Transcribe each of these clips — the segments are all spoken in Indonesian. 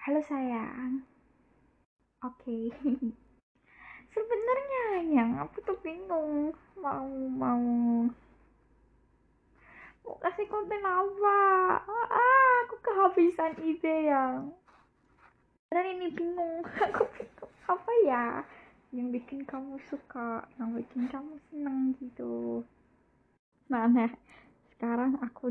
Halo sayang. Oke. Sebenarnya yang aku tuh bingung mau mau mau kasih konten apa. Aku kehabisan ide yang. Dan ini bingung. Aku bingung apa ya yang bikin kamu suka, yang bikin kamu seneng gitu. Nah, sekarang aku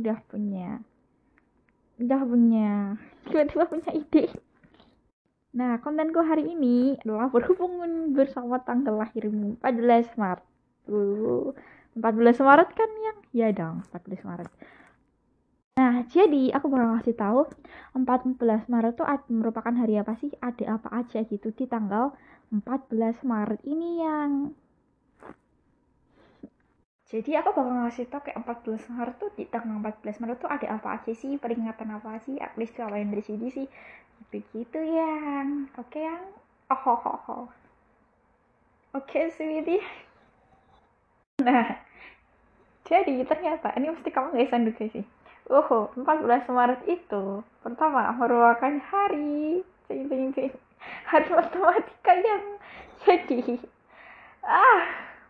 udah punya tiba-tiba punya ide. Nah, kontenku hari ini adalah berhubungan bersama tanggal lahirmu 14 Maret. 14 Maret kan yang? Ya dong, 14 Maret. Nah, jadi aku bakal ngasih tahu 14 Maret tuh merupakan hari apa sih? Ada apa aja gitu di tanggal 14 Maret ini yang. Jadi aku bakal ngasih tau kayak 14 Maret tuh di tanggal 14 Maret tuh ada apa aja sih, peringatan apa sih, at least apa yang dari sini sih. Begitu yang. Oke yang. Oh, ho, ho, ho. Oke, sweetie. Nah, jadi ternyata ini mesti kamu gak sanduk sih. 14 Maret itu pertama merupakan hari cing, cing, cing, hari matematika yang jadi ah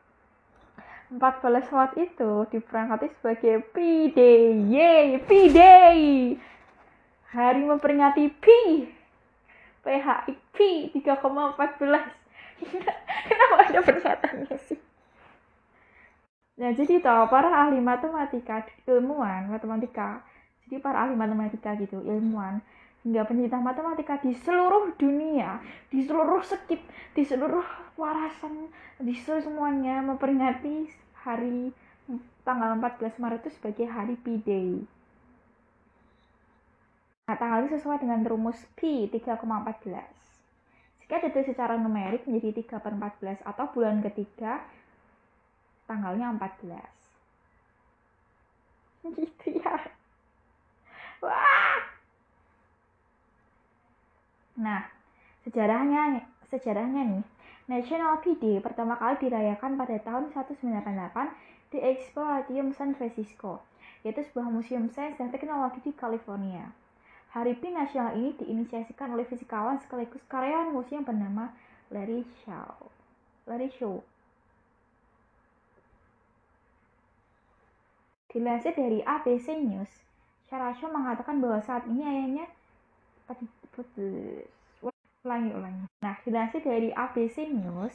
14 Maret itu diperingati sebagai P-Day. Yeay, P-Day. Hari memperingati PHIP 3,14. Kenapa ada pernyataannya sih? Nah, jadi toh para ahli matematika, ilmuwan matematika, jadi para ahli matematika gitu, ilmuwan hingga pencinta matematika di seluruh dunia, di seluruh sekip, di seluruh warasan, di seluruh semuanya memperingati hari tanggal 14 Maret itu sebagai hari P-Day. Nah, tanggal itu sesuai dengan rumus Pi 3,14. Jika ditulis secara numerik menjadi 3/14 atau bulan ketiga tanggalnya 14. Gitu ya. Wah. Nah, sejarahnya nih. National P-Day pertama kali dirayakan pada tahun 1998 di Exploratorium San Francisco, yaitu sebuah museum sains dan teknologi di California. Hari P nasional ini diinisiasikan oleh fisikawan sekaligus karyawan museum bernama Larry Shaw. Dilansir dari ABC News, Sarah Shaw mengatakan bahwa saat ini ayahnya ulangi. Nah, dilansir dari ABC News,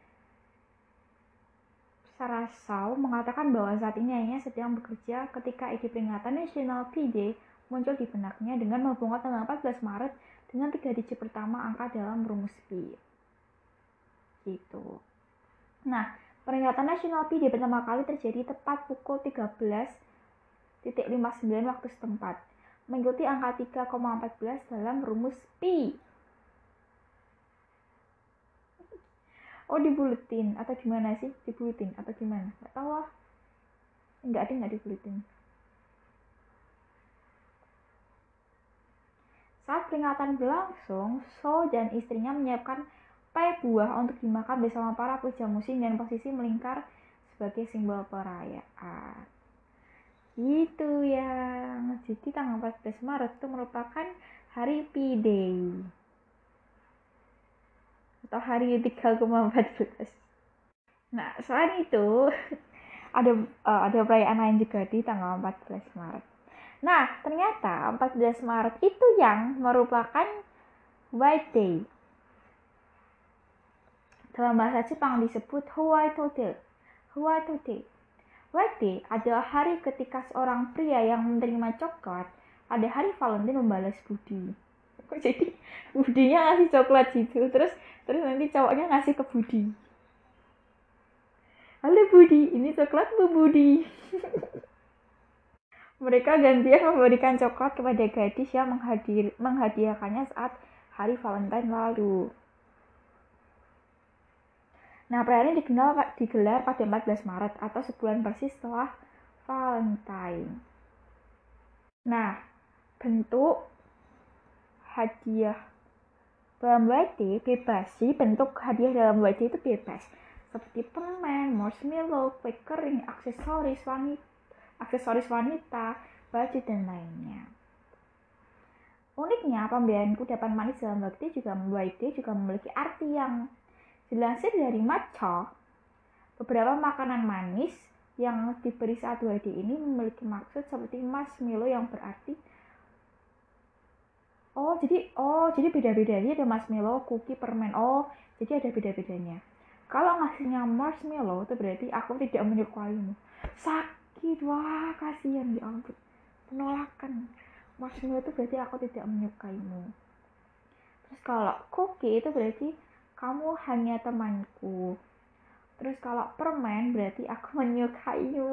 Sarah Shaw mengatakan bahwa saat ini ayahnya sedang bekerja ketika ide peringatan National P-Day muncul di benaknya dengan menghubungkan tanggal 14 Maret dengan 3 digit pertama angka dalam rumus Pi. Gitu. Nah, peringatan National P-Day pertama kali terjadi tepat pukul 13.59 waktu setempat, mengikuti angka 3,14 dalam rumus Pi. Oh, dibuletin atau gimana sih? Dibuletin atau gimana? Gak tahu lah. Enggak dibuletin. Saat peringatan berlangsung, Shaw dan istrinya menyiapkan pai buah untuk dimakan bersama para pekerja musim dan posisi melingkar sebagai simbol perayaan. Gitu ya. Jadi tanggal 14 Maret itu merupakan hari P-Day. Atau hari 3,14. Nah, selain itu ada perayaan lain juga di tanggal 14 Maret. Nah, ternyata 14 Maret itu yang merupakan White Day. Dalam bahasa Jepang disebut White Day. White Day adalah hari ketika seorang pria yang menerima coklat pada hari Valentine membalas budi. Jadi budinya ngasih coklat gitu, terus nanti cowoknya ngasih ke Budi. Halo Budi, ini coklatmu Budi. Mereka gantian memberikan coklat kepada gadis yang menghadiahkannya saat hari Valentine lalu. Nah, perayaan ini digelar pada 14 Maret atau sebulan persis setelah Valentine. Nah, bentuk hadiah dalam White Day bebas sih, bentuk hadiah dalam White Day itu bebas. Seperti permen, marshmallow, kue kering, aksesoris wanita, baju dan lainnya. Uniknya, pemberian kudapan manis dalam bakti juga membuat dia juga memiliki arti yang dilansir dari matcha. Beberapa makanan manis yang diberi saat 2D ini memiliki maksud seperti marshmallow yang berarti jadi beda-beda. Jadi ada marshmallow, cookie, permen. Jadi ada beda-bedanya. Kalau ngasihnya marshmallow itu berarti aku tidak menyukaimu. Sakit, wah kasihan, ya ampun. Penolakan. Marshmallow itu berarti aku tidak menyukaimu. Terus kalau cookie itu berarti kamu hanya temanku. Terus kalau permen berarti aku menyukaimu.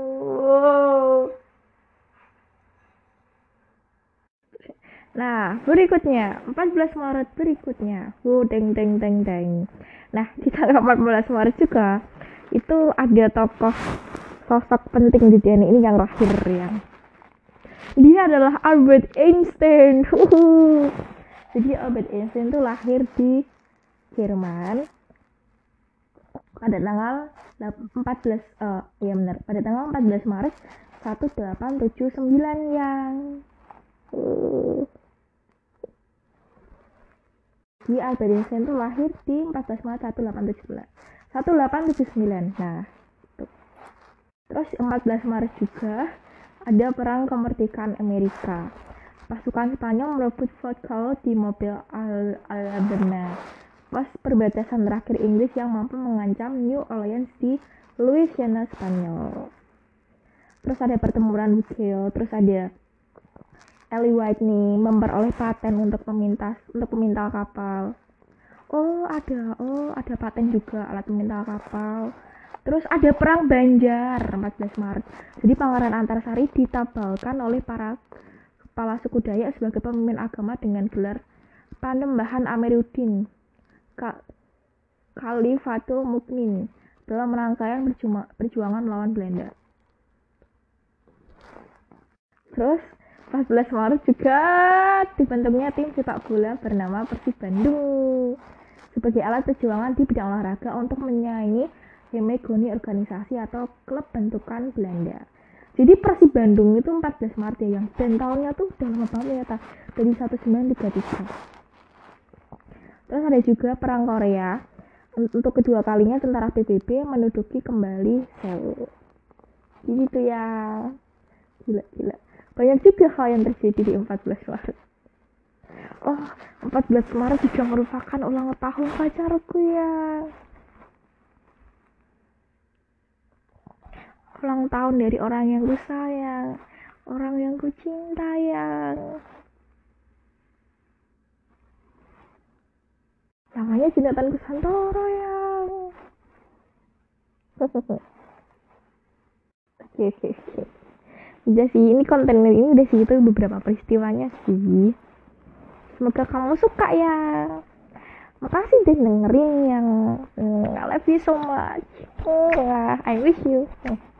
Nah, berikutnya 14 Maret berikutnya. Deng deng deng deng. Nah, di tanggal 14 Maret juga itu ada tokoh sosok penting di dunia ini yang lahir yang dia adalah Albert Einstein. Jadi Albert Einstein itu lahir di Jerman pada tanggal 14 ya benar, pada tanggal 14 Maret 1879 yang Di Albert Einstein itu lahir di 14 Maret 1879. Nah, itu. Terus 14 Maret juga ada perang kemerdekaan Amerika. Pasukan Spanyol merebut Fort Callao di mobil Alabama, pos perbatasan terakhir Inggris yang mampu mengancam New Orleans di Louisiana, Spanyol. Terus ada pertempuran Bugeo, terus ada Ellie Whitney memperoleh paten untuk pemintal kapal. Ada paten juga alat pemintal kapal. Terus ada perang Banjar 14 Maret. Jadi Pangeran Antarsari ditabalkan oleh para kepala suku Dayak sebagai pemimpin agama dengan gelar Panembahan Amiruddin Khalifatul Mukminin dalam rangkaian perjuangan melawan Belanda. Terus 14 Maret juga dibentuknya tim sepak bola bernama Persib Bandung sebagai alat perjuangan di bidang olahraga untuk menyaingi hegemoni organisasi atau klub bentukan Belanda. Jadi Persib Bandung itu 14 Maret ya yang, dan tahunnya tuh udah lama banget ya, dari 1933. Terus ada juga perang Korea. Untuk kedua kalinya tentara PBB menduduki kembali Seoul. Gitu ya. Gila. Banyak juga hal yang terjadi di 14 Maret. 14 Maret juga merupakan ulang tahun pacarku ya. Ulang tahun dari orang yang ku sayang, orang yang ku cinta yang namanya Jonathan Kusantoro yang Oke. Udah sih, ini konten ini udah sih, itu beberapa peristiwanya sih. Semoga kamu suka ya. Makasih deh dengerin yang I love you so much. I wish you.